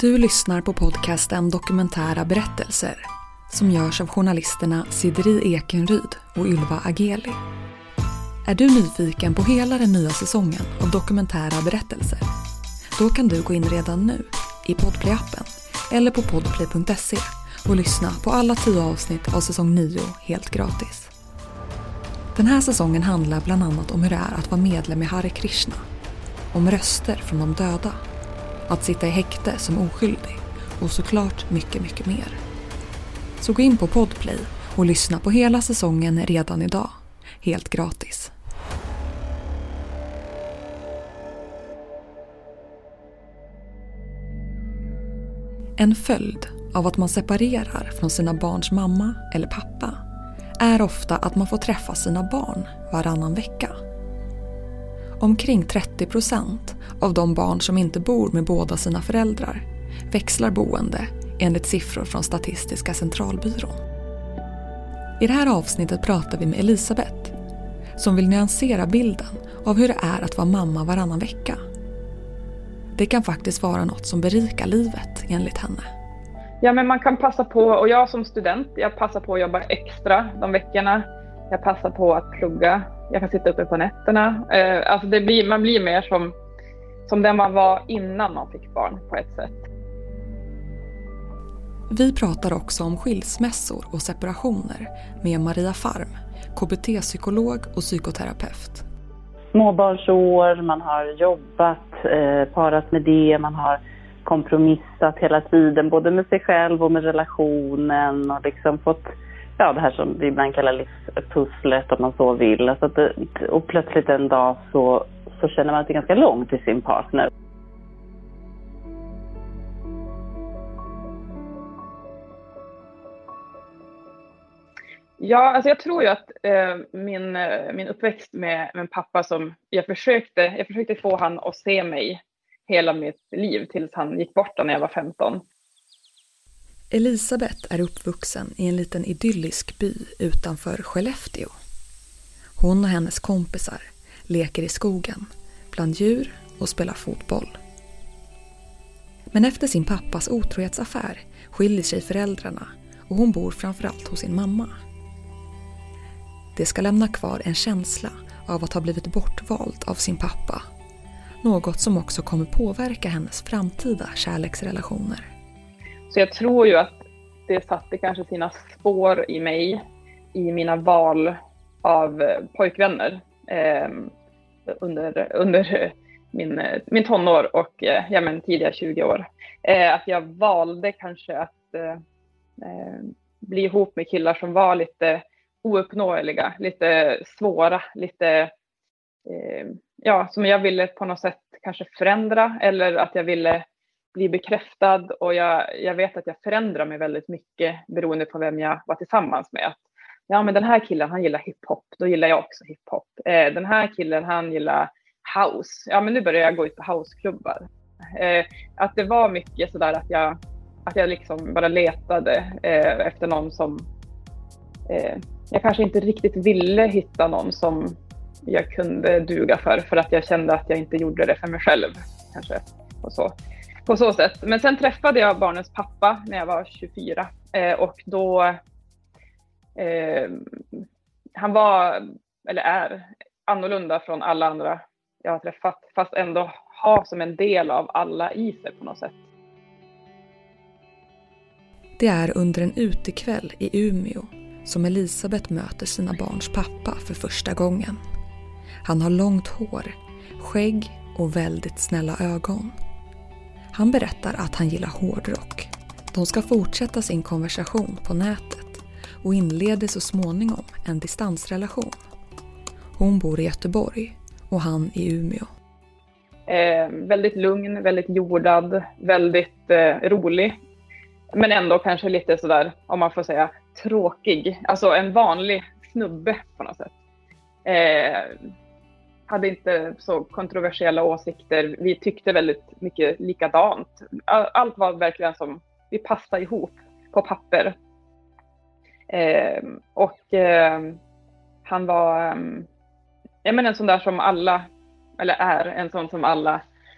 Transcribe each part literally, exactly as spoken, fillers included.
Du lyssnar på podcasten Dokumentära berättelser som görs av journalisterna Sideri Ekenryd och Ylva Ageli. Är du nyfiken på hela den nya säsongen av Dokumentära berättelser? Då kan du gå in redan nu i Podplay-appen eller på podplay punkt se och lyssna på alla tio avsnitt av säsong nio helt gratis. Den här säsongen handlar bland annat om hur det är att vara medlem i Hare Krishna, om röster från de döda, att sitta i häkte som oskyldig och såklart mycket, mycket mer. Så gå in på Podplay och lyssna på hela säsongen redan idag, helt gratis. En följd av att man separerar från sina barns mamma eller pappa är ofta att man får träffa sina barn varannan vecka. Omkring trettio procent av de barn som inte bor med båda sina föräldrar växlar boende enligt siffror från Statistiska centralbyrån. I det här avsnittet pratar vi med Elisabeth som vill nyansera bilden av hur det är att vara mamma varannan vecka. Det kan faktiskt vara något som berikar livet enligt henne. Ja, men man kan passa på, och jag som student, jag passar på att jobba extra de veckorna. Jag passar på att plugga. Jag kan sitta uppe på nätterna. Eh, alltså det blir, man blir mer som, som den man var innan man fick barn på ett sätt. Vi pratar också om skilsmässor och separationer med Maria Farm, K B T-psykolog och psykoterapeut. Småbarnsår, man har jobbat, eh, parat med det, man har kompromissat hela tiden, både med sig själv och med relationen och liksom fått, ja, det här som vi ibland kallar livspusslet om man så vill. Alltså att det, och plötsligt en dag så, så känner man att det är ganska långt till sin partner. Ja, alltså jag tror ju att eh, min, eh, min uppväxt med, med en pappa som jag försökte, jag försökte få han att se mig hela mitt liv tills han gick bort när jag var femton. Elisabeth är uppvuxen i en liten idyllisk by utanför Skellefteå. Hon och hennes kompisar leker i skogen, bland djur och spelar fotboll. Men efter sin pappas otrohetsaffär skiljer sig föräldrarna och hon bor framförallt hos sin mamma. Det ska lämna kvar en känsla av att ha blivit bortvald av sin pappa. Något som också kommer påverka hennes framtida kärleksrelationer. Så jag tror ju att det satte kanske sina spår i mig, i mina val av pojkvänner eh, under, under min, min tonår och eh, ja, men tidiga tjugo år. Eh, att jag valde kanske att eh, bli ihop med killar som var lite ouppnåeliga, lite svåra, lite eh, ja, som jag ville på något sätt kanske förändra, eller att jag ville bli bekräftad. Och jag, jag vet att jag förändrar mig väldigt mycket beroende på vem jag var tillsammans med. Att, ja, men den här killen, han gillar hiphop, då gillar jag också hiphop. Eh, den här killen, han gillar house. Ja, men nu börjar jag gå ut på houseklubbar. Eh, att det var mycket sådär att jag, att jag liksom bara letade eh, efter någon som eh, jag kanske inte riktigt ville hitta någon som jag kunde duga för, för att jag kände att jag inte gjorde det för mig själv kanske på så, på så sätt. Men sen träffade jag barnens pappa när jag var tjugofyra eh, och då eh, han var, eller är, annorlunda från alla andra jag har träffat, fast ändå ha som en del av alla i sig på något sätt. Det är under en utekväll i Umeå som Elisabeth möter sina barns pappa för första gången. Han har långt hår, skägg och väldigt snälla ögon. Han berättar att han gillar hårdrock. De ska fortsätta sin konversation på nätet och inleder så småningom en distansrelation. Hon bor i Göteborg och han i Umeå. Eh, väldigt lugn, väldigt jordad, väldigt eh, rolig. Men ändå kanske lite sådär, om man får säga, tråkig. Alltså en vanlig snubbe på något sätt. Eh, hade inte så kontroversiella åsikter. Vi tyckte väldigt mycket likadant. Allt var verkligen som, vi passade ihop på papper. Eh, och eh, han var eh, jag menar en sån där som alla, eller är en sån som alla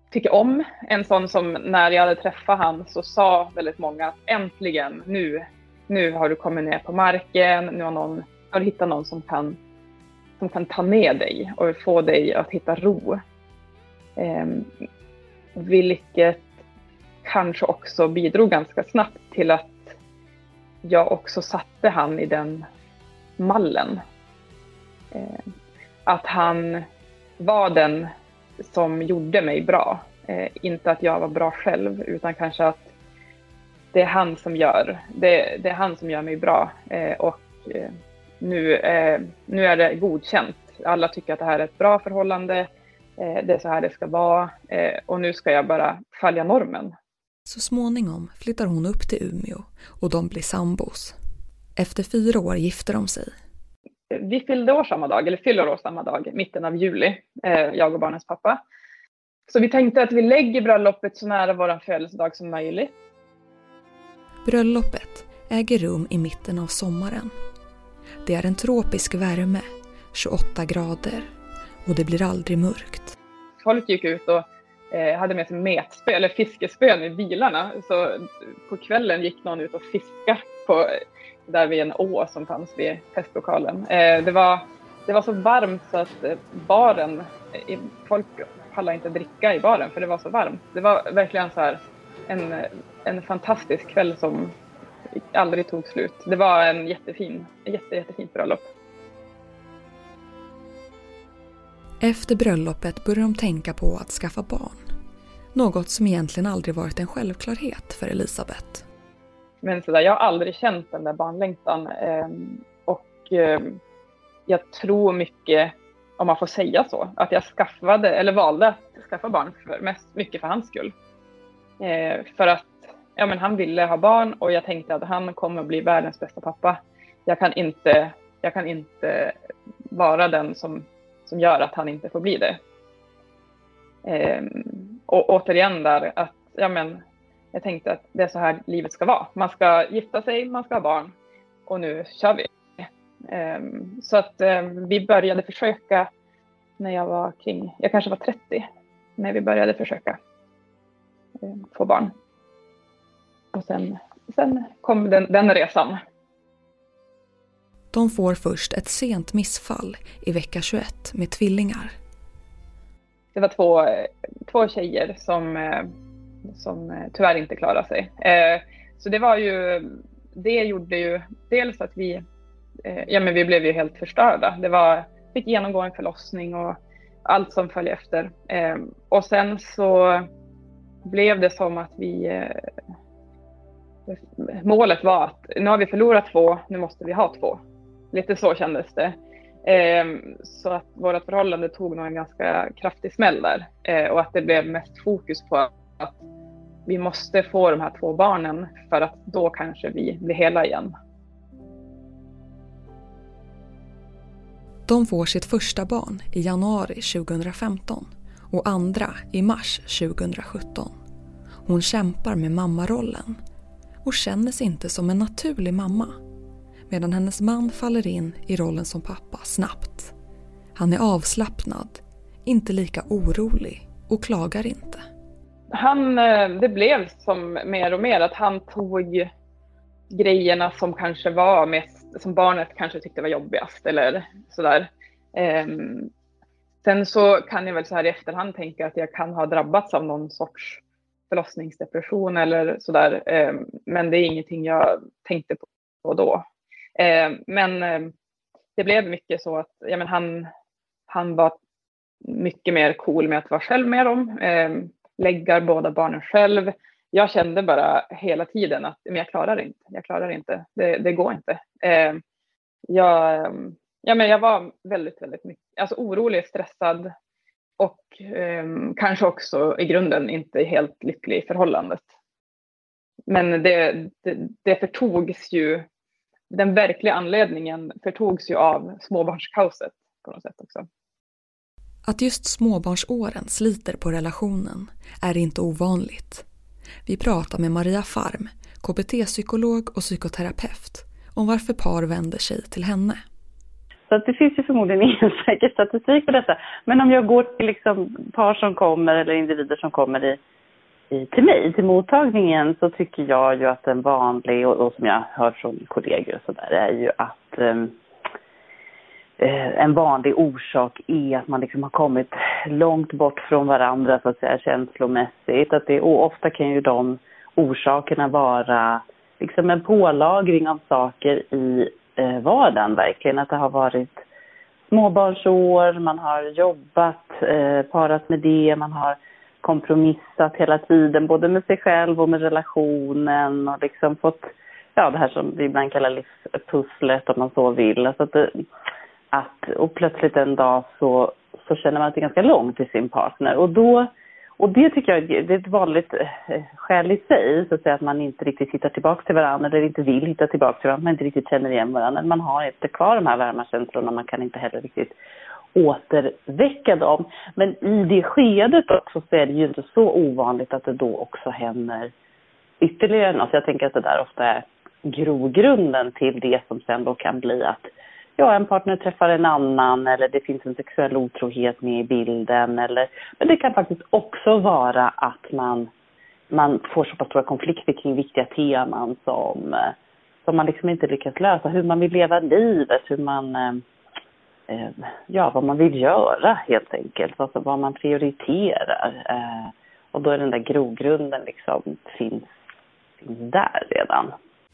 tycker om. En sån som när jag hade träffat han så sa väldigt många att äntligen, nu, nu har du kommit ner på marken, nu har, någon, har du hittat någon som kan, som kan ta ner dig och få dig att hitta ro. Eh, vilket kanske också bidrog ganska snabbt till att jag också satte han i den mallen. Eh, att han var den som gjorde mig bra. Eh, inte att jag var bra själv, utan kanske att det är han som gör, det, det är han som gör mig bra. Eh, och eh, nu, eh, nu är det godkänt. Alla tycker att det här är ett bra förhållande. Eh, det är så här det ska vara. Eh, och nu ska jag bara följa normen. Så småningom flyttar hon upp till Umeå och de blir sambos. Efter fyra år gifter de sig. Vi fyllde år samma dag, eller fyller år samma dag, mitten av juli, eh, jag och barnens pappa. Så vi tänkte att vi lägger bröllopet så nära vår födelsedag som möjligt. Bröllopet äger rum i mitten av sommaren. Det är en tropisk värme, tjugoåtta grader, och det blir aldrig mörkt. Folk gick ut och eh, hade med sig metspö, eller fiskespön i bilarna. Så på kvällen gick någon ut och fiska på, där vid en å som fanns vid festlokalen. Eh, det, var, det var så varmt så att baren, eh, folk pallade inte dricka i baren för det var så varmt. Det var verkligen så här en, en fantastisk kväll som aldrig tog slut. Det var en jättefin, jätte, jättefint bröllop. Efter bröllopet börjar de tänka på att skaffa barn. Något som egentligen aldrig varit en självklarhet för Elisabeth. Men så där, jag har aldrig känt den där barnlängtan. Eh, och eh, jag tror mycket, om man får säga så, att jag skaffade, eller valde att skaffa barn för, mest mycket för hans skull. Eh, för att ja, men han ville ha barn och jag tänkte att han kommer att bli världens bästa pappa. Jag kan inte, jag kan inte vara den som, som gör att han inte får bli det. Eh, och återigen där att ja, men, jag tänkte att det är så här livet ska vara. Man ska gifta sig, man ska ha barn och nu kör vi. Eh, så att eh, vi började försöka när jag var kring, jag kanske var trettio när vi började försöka eh, få barn. Och sen, sen kom den, den resan. De får först ett sent missfall i vecka tjugoett med tvillingar. Det var två, två tjejer som, som tyvärr inte klarade sig. Så det var ju, det gjorde ju dels att vi, ja men vi blev ju helt förstörda. Det var, fick genomgå en förlossning och allt som följde efter. Och sen så blev det som att vi, målet var att nu har vi förlorat två, nu måste vi ha två. Lite så kändes det. Så att vårt förhållande tog nog en ganska kraftig smäll där. Och att det blev mest fokus på att vi måste få de här två barnen för att då kanske vi blir hela igen. De får sitt första barn i januari tjugohundrafemton och andra i mars tjugohundrasjutton. Hon kämpar med mammarollen och känner sig inte som en naturlig mamma, medan hennes man faller in i rollen som pappa snabbt. Han är avslappnad, inte lika orolig och klagar inte. Han, det blev som mer och mer att han tog grejerna som kanske var mest, som barnet kanske tyckte var jobbigast eller sådär. Um, sen så kan jag väl så här i efterhand tänka att jag kan ha drabbats av någon sorts förlossningsdepression eller sådär. Um, men det är ingenting jag tänkte på då. Um, men um, det blev mycket så att ja, men han, han var mycket mer cool med att vara själv med dem. Um, läggar båda barnen själv. Jag kände bara hela tiden att men jag klarar inte. Jag klarar inte. Det, det går inte. Eh, jag, ja, men jag var väldigt, väldigt mycket alltså orolig, stressad och eh, kanske också i grunden inte helt lycklig i förhållandet. Men det, det, det förtogs ju, den verkliga anledningen förtogs ju av småbarnskaoset på något sätt också. Att just småbarnsåren sliter på relationen är inte ovanligt. Vi pratar med Maria Farm, K B T-psykolog och psykoterapeut, om varför par vänder sig till henne. Så att det finns ju förmodligen ingen säker statistik för detta. Men om jag går till liksom par som kommer eller individer som kommer i, i, till mig, till mottagningen, så tycker jag ju att en vanlig, och, och som jag hör från kollegor och sådär, är ju att um, en vanlig orsak är att man liksom har kommit långt bort från varandra, så att säga, känslomässigt. Att det, och ofta kan ju de orsakerna vara liksom en pålagring av saker i eh, vardagen, verkligen. Att det har varit småbarnsår, man har jobbat, eh, parat med det, man har kompromissat hela tiden, både med sig själv och med relationen, och liksom fått, ja, det här som vi ibland kallar livspusslet, om man så vill. Alltså att det, Att, och plötsligt en dag så, så känner man att det är ganska långt till sin partner. Och, då, och det tycker jag det är ett vanligt eh, skäl i sig. Så att säga, att man inte riktigt hittar tillbaka till varandra. Eller inte vill hitta tillbaka till varandra. Man inte riktigt känner igen varandra. Man har inte kvar de här varma känslorna. Man kan inte heller riktigt återväcka dem. Men i det skedet också så är det ju inte så ovanligt att det då också händer ytterligare något. Så jag tänker att det där ofta är grogrunden till det som sen då kan bli att ja, en partner träffar en annan, eller det finns en sexuell otrohet med i bilden. Eller, men det kan faktiskt också vara att man, man får så pass stora konflikter kring viktiga teman som, som man liksom inte lyckas lösa. Hur man vill leva livet, hur man, eh, ja, vad man vill göra helt enkelt. Alltså vad man prioriterar. Eh, och då är den där grogrunden liksom finns, finns där redan.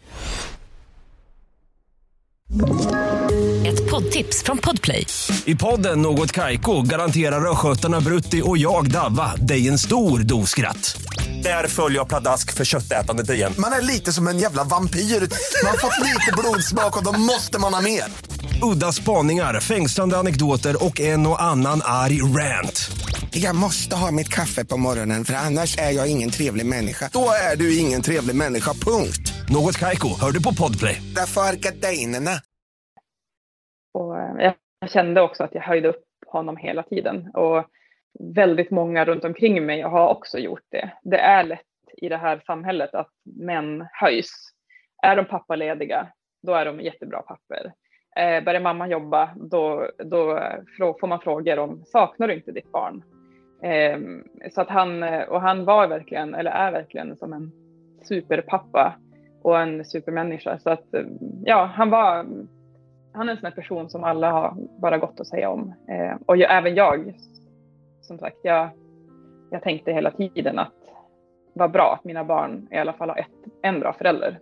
Ett poddtips från Podplay. I podden Något Kaiko garanterar röskötarna Brutti och jag Davva dig en stor doskratt. Där följer jag pladask för köttätandet igen. Man är lite som en jävla vampyr. Man har fått lite blodsmak och då måste man ha mer. Udda spaningar, fängslande anekdoter och en och annan arg rant. Jag måste ha mitt kaffe på morgonen, för annars är jag ingen trevlig människa. Då är du ingen trevlig människa, punkt. Något Kaiko, hör du på Podplay. Därför är gardinerna. Och jag kände också att jag höjde upp honom hela tiden. Och väldigt många runt omkring mig har också gjort det. Det är lätt i det här samhället att män höjs. Är de pappalediga, då är de jättebra papper. Eh, börjar mamma jobba, då, då får man frågor om, saknar du inte ditt barn? Eh, så att han, och han var verkligen, eller är verkligen som en superpappa och en supermänniska. Så att, ja, han var, han är en sån här person som alla har bara gott att säga om. Eh, och jag, även jag, som sagt, jag, jag tänkte hela tiden att vad bra att mina barn i alla fall har ett, en bra förälder.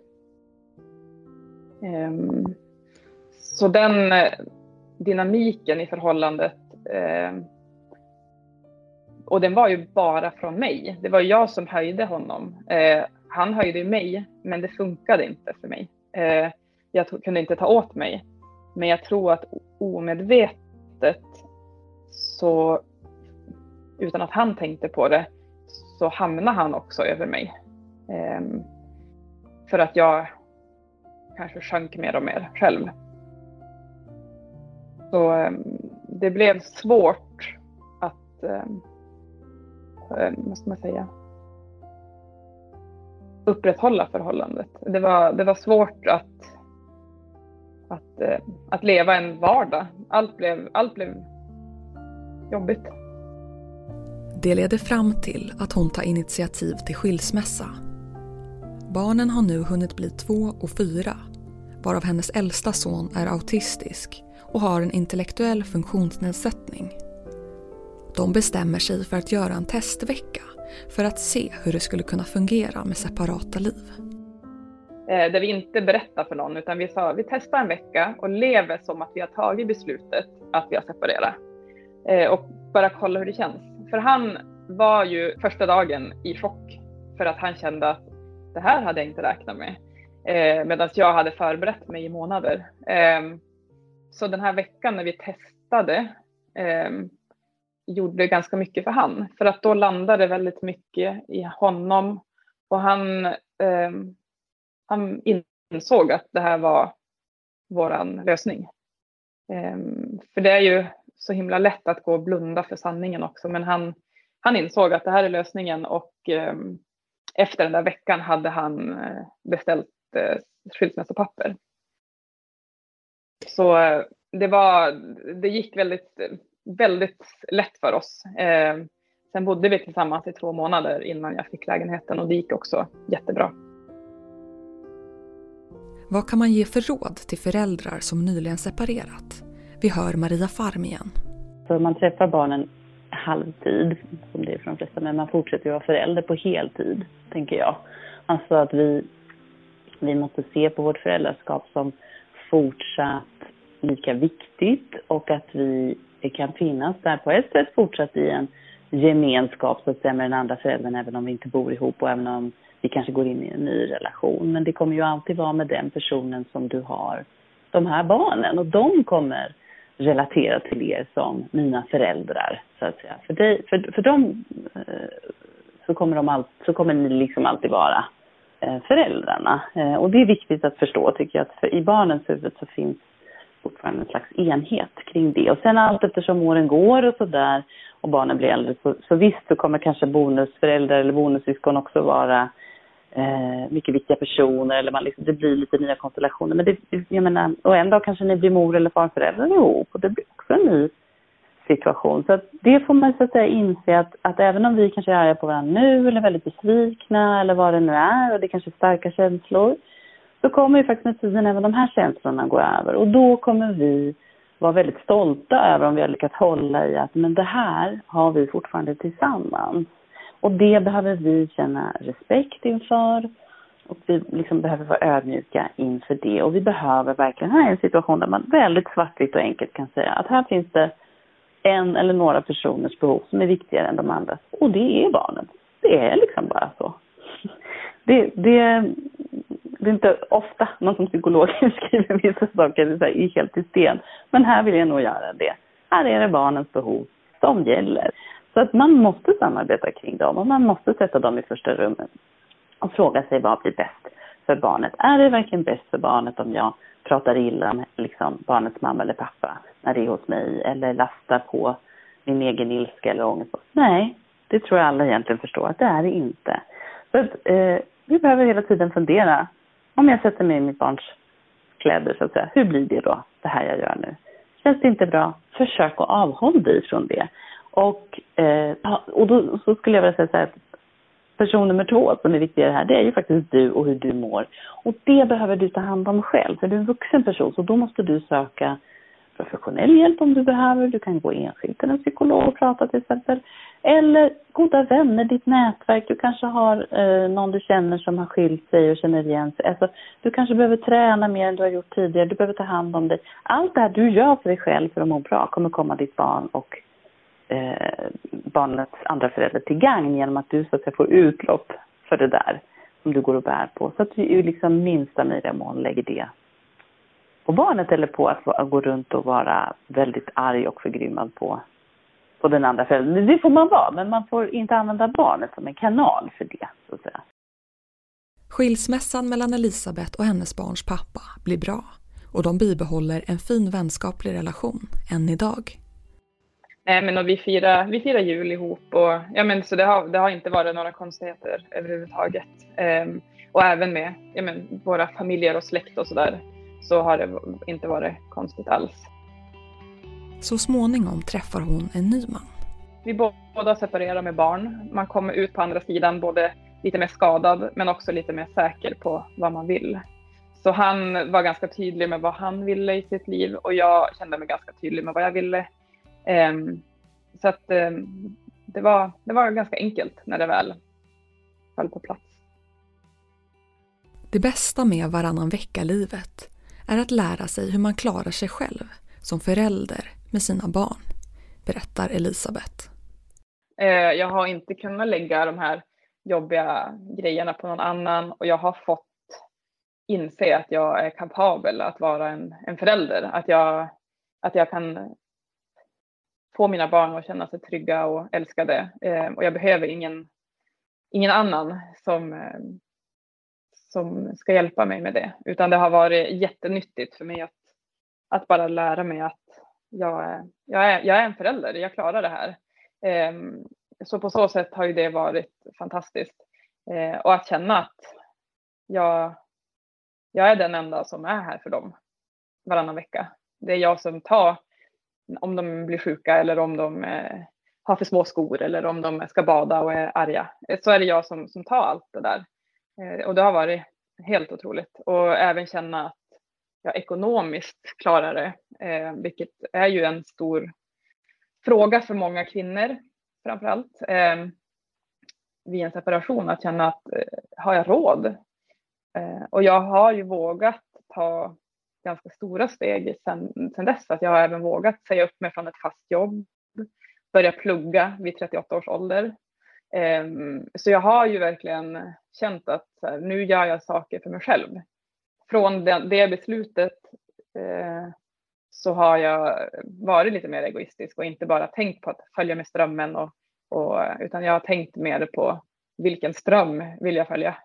Eh, så den eh, dynamiken i förhållandet, eh, och den var ju bara från mig. Det var jag som höjde honom. Eh, han höjde mig, men det funkade inte för mig. Eh, jag t- kunde inte ta åt mig. Men jag tror att omedvetet, så utan att han tänkte på det, så hamnade han också över mig. Eh, för att jag kanske sjönk mer och mer själv. Så eh, det blev svårt att, eh, vad ska man säga, upprätthålla förhållandet. Det var, det var svårt att, att, eh, att leva en vardag. Allt blev, allt blev jobbigt. Det leder fram till att hon tar initiativ till skilsmässa. Barnen har nu hunnit bli två och fyra, varav hennes äldsta son är autistisk och har en intellektuell funktionsnedsättning. De bestämmer sig för att göra en testvecka för att se hur det skulle kunna fungera med separata liv. Eh, där vi inte berättar för någon, utan vi sa vi testar en vecka och lever som att vi har tagit beslutet att vi har separerat. Eh, och bara kolla hur det känns. För han var ju första dagen i chock för att han kände att det här hade jag inte räknat med. Eh, medan jag hade förberett mig i månader. Eh, så den här veckan när vi testade eh, gjorde ganska mycket för han. För att då landade väldigt mycket i honom. Och han, eh, han insåg att det här var våran lösning. Eh, för det är ju så himla lätt att gå och blunda för sanningen också. Men han, han insåg att det här är lösningen. Och eh, efter den där veckan hade han eh, beställt eh, skilsmässopapper. Så det var, det gick väldigt, väldigt lätt för oss. Eh, sen bodde vi tillsammans i två månader innan jag fick lägenheten och det gick också jättebra. Vad kan man ge för råd till föräldrar som nyligen separerat? Vi hör Maria Farm igen. Så man träffar barnen halvtid, som det är för de flesta, men man fortsätter ju vara förälder på heltid, tänker jag. Alltså att vi, vi måste se på vårt föräldraskap som fortsatt lika viktigt och att vi kan finnas där på ett sätt fortsatt i en gemenskap så att säga med den andra föräldern även om vi inte bor ihop och även om vi kanske går in i en ny relation. Men det kommer ju alltid vara med den personen som du har de här barnen och de kommer relatera till er som mina föräldrar så att säga. För, dig, för, för dem så kommer, de all, så kommer ni liksom alltid vara föräldrarna. Och det är viktigt att förstå tycker jag att för i barnens huvud så finns fortfarande en slags enhet kring det. Och sen allt eftersom åren går och så där och barnen blir äldre så, så visst så kommer kanske bonusföräldrar eller bonussyskon också vara eh, mycket viktiga personer eller man liksom, det blir lite nya konstellationer. Men det, jag menar, och en dag kanske ni blir mor- eller farföräldrar ihop och det blir också en ny situation. Så att det får man så att säga inse att, att även om vi kanske är arga på varandra nu eller väldigt besvikna eller vad det nu är och det kanske är starka känslor så kommer ju faktiskt med tiden även de här känslorna gå över. Och då kommer vi vara väldigt stolta över om vi har lyckats hålla i att men det här har vi fortfarande tillsammans. Och det behöver vi känna respekt inför. Och vi liksom behöver vara ödmjuka inför det. Och vi behöver verkligen, här är en situation där man väldigt svartvitt och enkelt kan säga att här finns det en eller några personers behov som är viktigare än de andra. Och det är barnen. Det är liksom bara så. Det, det, det är inte ofta någon som psykolog skriver vissa saker så här, i helt i sten. Men här vill jag nog göra det. Här är det barnens behov som gäller. Så att man måste samarbeta kring dem och man måste sätta dem i första rummet. Och fråga sig vad blir bäst för barnet. Är det verkligen bäst för barnet om jag pratar illa om liksom, barnets mamma eller pappa när det är hos mig? Eller lastar på min egen ilska eller ångest? Nej, det tror jag alla egentligen förstår att det är det inte. Så att, eh, vi behöver hela tiden fundera. Om jag sätter mig i mitt barns kläder så att säga. Hur blir det då, det här jag gör nu? Känns det inte bra? Försök att avhålla dig från det. Och, eh, och då så skulle jag vilja säga så här. Person nummer två som är viktigare här, det är ju faktiskt du och hur du mår. Och det behöver du ta hand om själv. För du är en vuxen person så då måste du söka professionell hjälp om du behöver. Du kan gå enskilt till en psykolog och prata till exempel. Eller goda vänner, ditt nätverk. Du kanske har eh, någon du känner som har skilt sig och känner igen sig. Alltså, du kanske behöver träna mer än du har gjort tidigare. Du behöver ta hand om dig. Allt det här du gör för dig själv för att må bra kommer komma ditt barn och eh, barnets andra förälder till gagn genom att du så att säga, får utlopp för det där som du går och bär på. Så att du i liksom minsta möjliga mån lägger det på barnet eller på att gå runt och vara väldigt arg och förgrymmad på, på den andra föräldern. Det får man vara, men man får inte använda barnet som en kanal för det, så att säga. Skilsmässan mellan Elisabeth och hennes barns pappa blir bra och de bibehåller en fin vänskaplig relation än idag. Nej, men och vi firar, vi firar jul ihop och ja, men, så det har, det har inte varit några konstigheter överhuvudtaget. Um, och även med ja, men, våra familjer och släkt och sådär så har det inte varit konstigt alls. Så småningom träffar hon en ny man. Vi båda separerar med barn. Man kommer ut på andra sidan både lite mer skadad men också lite mer säker på vad man vill. Så han var ganska tydlig med vad han ville i sitt liv och jag kände mig ganska tydlig med vad jag ville. Um, så att um, det, var, det var ganska enkelt när det väl föll på plats. Det bästa med varannan vecka-livet är att lära sig hur man klarar sig själv som förälder med sina barn, berättar Elisabeth. Uh, jag har inte kunnat lägga de här jobbiga grejerna på någon annan och jag har fått inse att jag är kapabel att vara en, en förälder. Att jag, att jag kan få mina barn att känna sig trygga och älskade. Eh, och jag behöver ingen, ingen annan som, eh, som ska hjälpa mig med det. Utan det har varit jättenyttigt för mig att, att bara lära mig att jag, jag, är, jag är en förälder. Jag klarar det här. Eh, så på så sätt har ju det varit fantastiskt. Eh, och att känna att jag, jag är den enda som är här för dem varannan vecka. Det är jag som tar om de blir sjuka eller om de eh, har för små skor eller om de ska bada och är arga. Så är det jag som, som tar allt det där. Eh, och det har varit helt otroligt. Och även känna att jag ekonomiskt klarar det. Eh, vilket är ju en stor fråga för många kvinnor framförallt. Eh, vid en separation att känna att eh, har jag råd? Eh, och jag har ju vågat ta ganska stora steg sen, sen dess. Att jag har även vågat säga upp mig från ett fast jobb. Börja plugga vid trettioåtta års ålder. Eh, så jag har ju verkligen känt att så här, nu gör jag saker för mig själv. Från det, det beslutet eh, så har jag varit lite mer egoistisk och inte bara tänkt på att följa med strömmen. Och, och, utan jag har tänkt mer på vilken ström vill jag följa.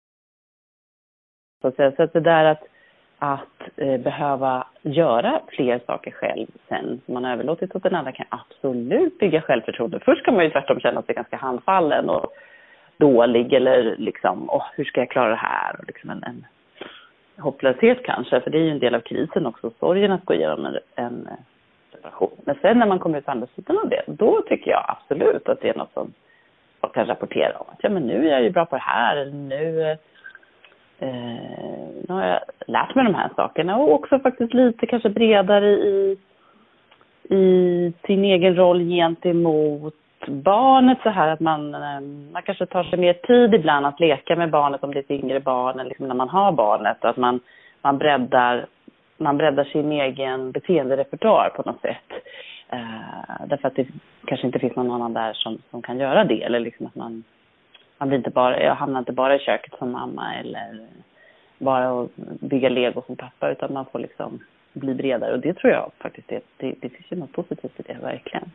Så att det där att, att eh, behöva göra fler saker själv sen som man har överlåtit åt den andra kan absolut bygga självförtroende. Först kan man ju tvärtom känna sig ganska handfallen och dålig eller liksom, åh, hur ska jag klara det här? Och liksom en, en hopplöshet kanske, för det är ju en del av krisen också, sorgen att gå igenom en, en separation. Men sen när man kommer ut på andra sidan av det, då tycker jag absolut att det är något som man kan rapportera om. Att ja, men nu är jag ju bra på det här, eller nu... Eh, nu har jag lärt mig de här sakerna och också faktiskt lite kanske bredare i, i sin egen roll gentemot barnet så här att man, man kanske tar sig mer tid ibland att leka med barnet om det är ett yngre barn eller liksom när man har barnet och att man, man, breddar, man breddar sin egen beteenderepertoar på något sätt. Eh, därför att det kanske inte finns någon annan där som, som kan göra det eller liksom att man Man blir inte bara, jag hamnar inte bara i köket som mamma eller bara att bygga lego som pappa utan man får liksom bli bredare. Och det tror jag faktiskt, det, det, det finns ju något positivt i det verkligen.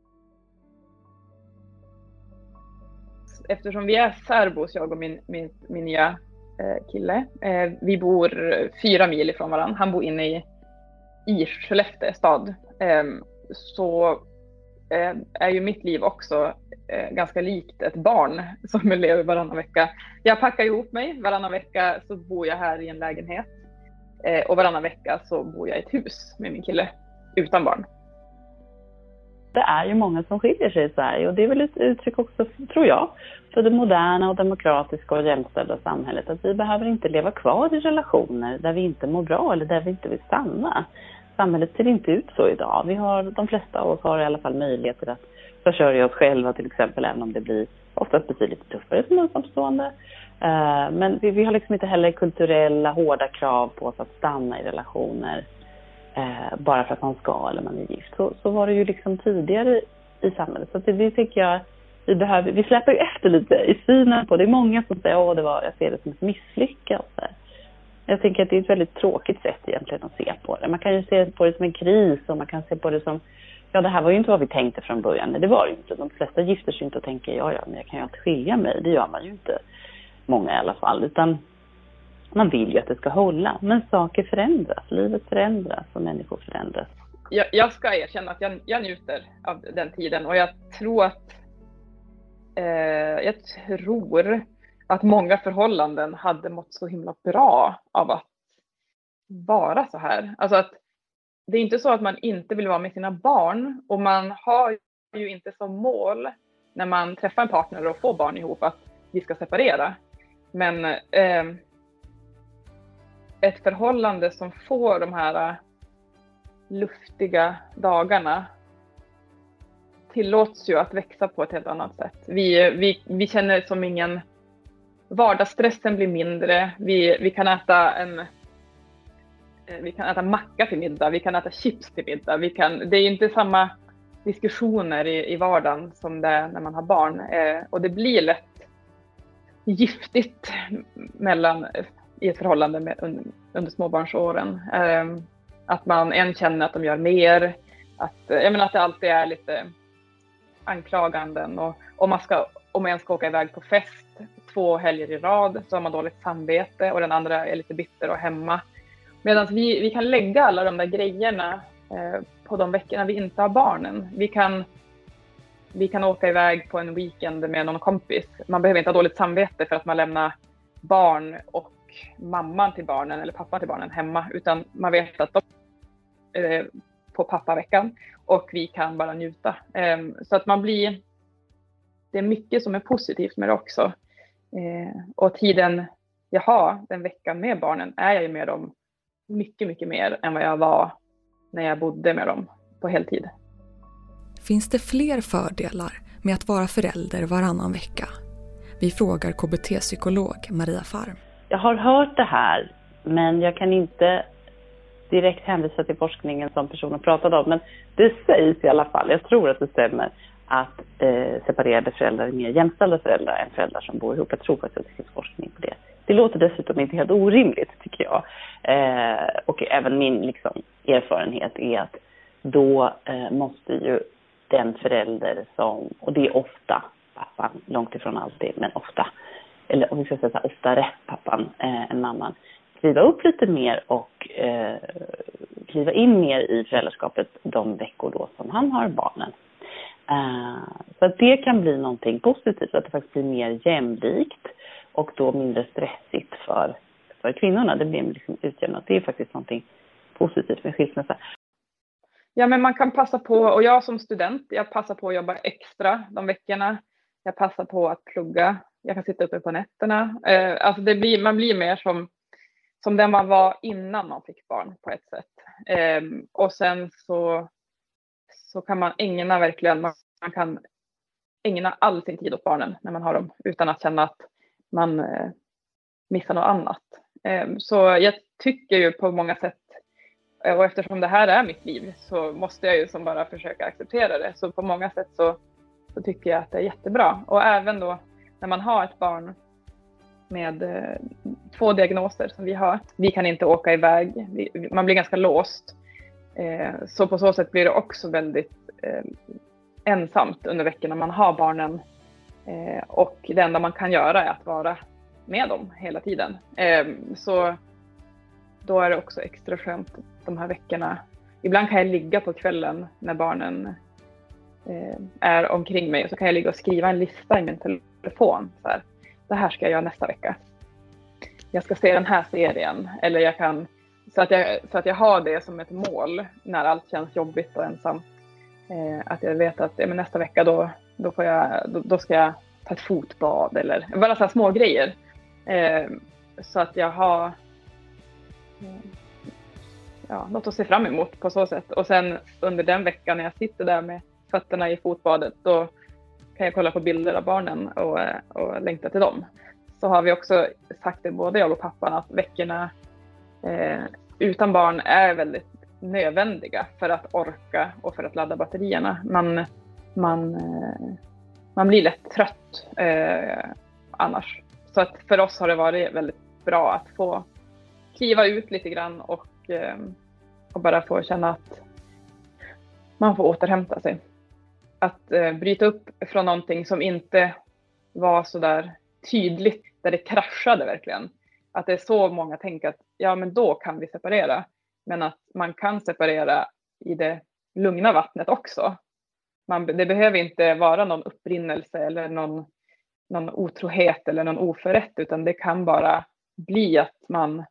Eftersom vi är särbos, jag och min, min, min nya eh, kille. Eh, vi bor fyra mil ifrån varandra. Han bor inne i, i Skellefteå stad. Eh, så eh, är ju mitt liv också ganska likt ett barn som lever varannan vecka. Jag packar ihop mig. Varannan vecka så bor jag här i en lägenhet. Eh, och varannan vecka så bor jag i ett hus med min kille utan barn. Det är ju många som skiljer sig i Sverige och det är väl ett uttryck också, tror jag, för det moderna och demokratiska och jämställda samhället. Att vi behöver inte leva kvar i relationer där vi inte mår bra eller där vi inte vill stanna. Samhället ser inte ut så idag. Vi har, de flesta av oss har i alla fall möjligheter att försörja oss själva till exempel, även om det blir oftast betydligt tuffare som ensamstående. Uh, men vi, vi har liksom inte heller kulturella hårda krav på oss att stanna i relationer uh, bara för att man ska eller man är gift. Så, så var det ju liksom tidigare i samhället. Så det, det tycker jag, vi behöver, vi släpper ju efter lite i synen på. Det är många som säger, åh det var, jag ser det som ett misslyckande. Jag tänker att det är ett väldigt tråkigt sätt egentligen att se på det. Man kan ju se på det som en kris och man kan se på det som ja, det här var ju inte vad vi tänkte från början. Nej, det var ju inte. De flesta gifter sig inte och tänker, ja, ja, men jag kan ju alltid skilja mig. Det gör man ju inte. Många i alla fall. Utan man vill ju att det ska hålla. Men saker förändras. Livet förändras och människor förändras. Jag, jag ska erkänna att jag, jag njuter av den tiden. Och jag tror att eh, jag tror att många förhållanden hade mått så himla bra av att vara så här. Alltså att det är inte så att man inte vill vara med sina barn och man har ju inte som mål när man träffar en partner och får barn ihop att vi ska separera. Men eh, ett förhållande som får de här luftiga dagarna tillåts ju att växa på ett helt annat sätt. Vi, vi, vi känner som ingen vardagsstressen blir mindre. Vi, vi kan äta en Vi kan äta macka till middag, vi kan äta chips till middag. Vi kan, det är ju inte samma diskussioner i, i vardagen som det är när man har barn. Eh, och det blir lätt giftigt mellan, i ett förhållande med, under, under småbarnsåren. Eh, att man en känner att de gör mer. Att, jag menar att det alltid är lite anklaganden. Och om man, ska, om man ska åka iväg på fest två helger i rad så har man dåligt samvete. Och den andra är lite bitter och hemma. Medan vi, vi kan lägga alla de där grejerna eh, på de veckorna vi inte har barnen. Vi kan, vi kan åka iväg på en weekend med någon kompis. Man behöver inte ha dåligt samvete för att man lämnar barn och mamman till barnen eller pappan till barnen hemma. Utan man vet att de eh, på pappaveckan och vi kan bara njuta. Eh, så att man blir, det är mycket som är positivt med det också. Eh, och tiden jag har den veckan med barnen är jag ju med dem mycket, mycket mer än vad jag var när jag bodde med dem på heltid. Finns det fler fördelar med att vara förälder varannan vecka? Vi frågar K B T-psykolog Maria Farm. Jag har hört det här, men jag kan inte direkt hänvisa till forskningen som personen pratade om. Men det sägs i alla fall, jag tror att det stämmer, att eh, separerade föräldrar är mer jämställda föräldrar än föräldrar som bor ihop. Jag tror faktiskt att det finns forskning på det. Det låter dessutom inte helt orimligt, tycker jag. Eh, och även min liksom, erfarenhet är att då eh, måste ju den förälder som, och det är ofta pappan, långt ifrån alltid, men ofta, eller om vi ska säga oftare pappan eh, än mamman, kliva upp lite mer och eh, kliva in mer i föräldraskapet de veckor då som han har barnen. Uh, så att det kan bli någonting positivt, att det faktiskt blir mer jämlikt och då mindre stressigt för, för kvinnorna. Det blir liksom utjämnat. Det är faktiskt någonting positivt med skilsmässa. Ja, men man kan passa på, och jag som student, jag passar på att jobba extra de veckorna. Jag passar på att plugga. Jag kan sitta uppe på nätterna. Uh, alltså det blir, man blir mer som, som den man var innan man fick barn på ett sätt. Uh, och sen så så kan man ägna verkligen, man kan ägna all sin tid åt barnen när man har dem utan att känna att man eh, missar något annat. Eh, så jag tycker ju på många sätt, och eftersom det här är mitt liv så måste jag ju som bara försöka acceptera det. Så på många sätt så, så tycker jag att det är jättebra. Och även då när man har ett barn med eh, två diagnoser som vi har. Vi kan inte åka iväg, vi, man blir ganska låst. Eh, så på så sätt blir det också väldigt eh, ensamt under veckorna man har barnen. Eh, och det enda man kan göra är att vara med dem hela tiden. Eh, så då är det också extra skönt de här veckorna. Ibland kan jag ligga på kvällen när barnen eh, är omkring mig. Så kan jag ligga och skriva en lista i min telefon. Så här, det här ska jag göra nästa vecka. Jag ska se den här serien. Eller jag kan... Så att, jag, så att jag har det som ett mål när allt känns jobbigt och ensamt. Eh, att jag vet att eh, men nästa vecka då, då, får jag, då, då ska jag ta ett fotbad. Eller bara så här små grejer. Eh, så att jag har eh, ja, något att se fram emot på så sätt. Och sen under den veckan när jag sitter där med fötterna i fotbadet. Då kan jag kolla på bilder av barnen och, och längta till dem. Så har vi också sagt det, både jag och pappan, att veckorna Eh, utan barn är väldigt nödvändiga för att orka och för att ladda batterierna. Man, man, eh, man blir lätt trött eh, annars. Så att för oss har det varit väldigt bra att få kliva ut lite grann och, eh, och bara få känna att man får återhämta sig. Att eh, bryta upp från någonting som inte var så där tydligt, där det kraschade verkligen. Att det är så många tänker att ja, men då kan vi separera. Men att man kan separera i det lugna vattnet också. Man, det behöver inte vara någon upprinnelse eller någon, någon otrohet eller någon oförrätt. Utan det kan bara bli att man,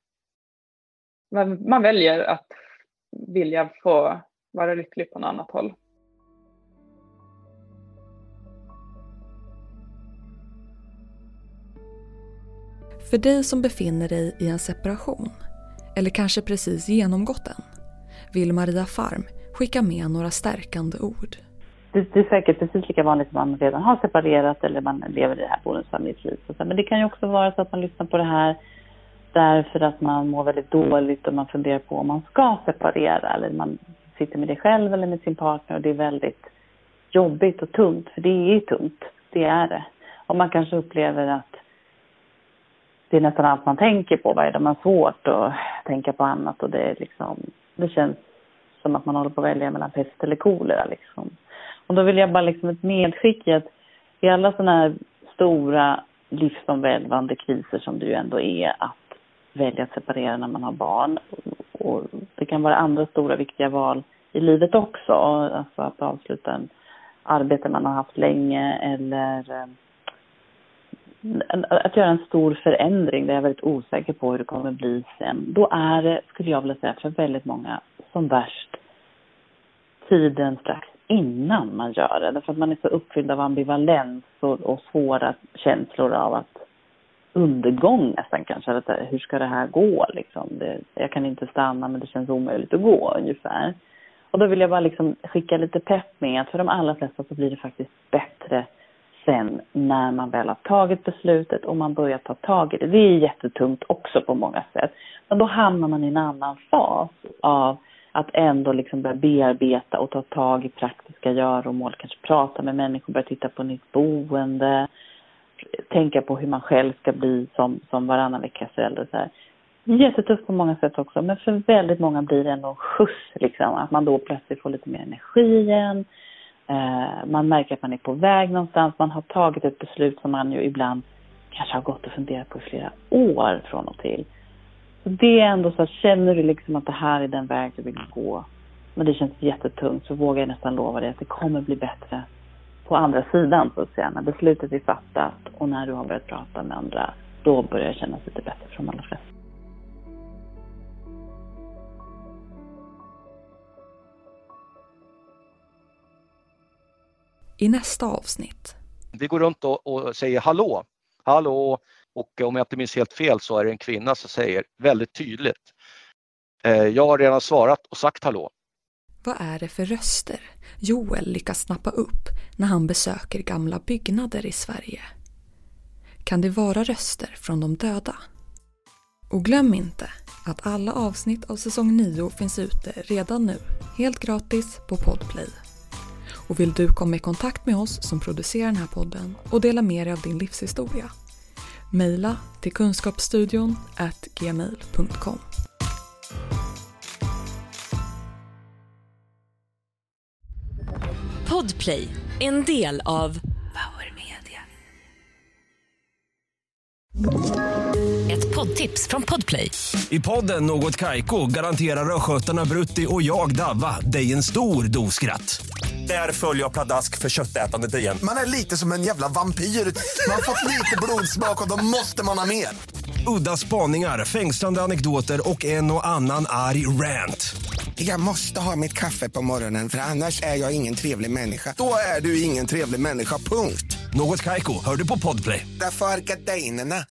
man, man väljer att vilja få vara lycklig på något annat håll. För dig som befinner dig i en separation, eller kanske precis genomgått den, vill Maria Farm skicka med några stärkande ord. Det, det är säkert precis lika vanligt att man redan har separerat eller man lever i det här bonusfamiljsliv. Men det kan ju också vara så att man lyssnar på det här därför att man mår väldigt dåligt och man funderar på om man ska separera. Eller man sitter med det själv eller med sin partner och det är väldigt jobbigt och tungt. För det är ju tungt, det är det. Och man kanske upplever att det är nästan allt man tänker på. Vad är det man har svårt att tänka på annat. Och det, är liksom, det känns som att man håller på att välja mellan pest eller kolera. Liksom. Och då vill jag bara liksom ett medskick i att i alla sådana här stora livsomvälvande kriser som det ju ändå är att välja att separera när man har barn. Och det kan vara andra stora viktiga val i livet också. Alltså att avsluta en arbete man har haft länge eller att göra en stor förändring där jag är väldigt osäker på hur det kommer bli sen. Då är det, skulle jag vilja säga, för väldigt många som värst tiden strax innan man gör det. Därför att man är så uppfylld av ambivalens och, och svåra känslor av att undergång nästan kanske. Eller, hur ska det här gå? Liksom? Det, jag kan inte stanna, men det känns omöjligt att gå ungefär. Och då vill jag bara liksom skicka lite pepp med att för de allra flesta så blir det faktiskt bättre sen när man väl har tagit beslutet och man börjar ta tag i det. Det är jättetungt också på många sätt. Men då hamnar man i en annan fas av att ändå liksom börja bearbeta och ta tag i praktiska göromål. Kanske prata med människor, börja titta på nytt boende. Tänka på hur man själv ska bli som, som varannan veckas förälder. Så här. Jättetufft på många sätt också. Men för väldigt många blir det ändå en skjuts. Liksom, att man då plötsligt får lite mer energi igen. Eh, man märker att man är på väg någonstans. Man har tagit ett beslut som man ju ibland kanske har gått och funderat på i flera år från och till. Så det är ändå så att känner du liksom att det här är den väg du vill gå. Men det känns jättetungt, så vågar jag nästan lova dig att det kommer bli bättre på andra sidan, så att säga. När beslutet är fattat och när du har börjat prata med andra, då börjar det kännas lite bättre för de allra flesta. I nästa avsnitt. Vi går runt och, och säger hallå, hallå, och om jag inte minns helt fel så är det en kvinna som säger väldigt tydligt: eh, jag har redan svarat och sagt hallå. Vad är det för röster Joel lyckas snappa upp när han besöker gamla byggnader i Sverige? Kan det vara röster från de döda? Och glöm inte att alla avsnitt av säsong nio finns ute redan nu, helt gratis på Podplay. Och vill du komma i kontakt med oss som producerar den här podden och dela med dig av din livshistoria? Maila till kunskapsstudion at gmail punkt com. Podplay, en del av Power Media. Ett poddtips från Podplay. I podden Något Kaiko garanterar röskötarna Brutti och jag Davva dig en stor doskratt. Där följer jag pladask för köttätandet igen. Man är lite som en jävla vampyr. Man har fått lite blodsmak och då måste man ha mer. Udda spaningar, fängslande anekdoter och en och annan arg rant. Jag måste ha mitt kaffe på morgonen, för annars är jag ingen trevlig människa. Då är du ingen trevlig människa, punkt. Något Kaiko, hör du på Podplay. Därför är gardinerna.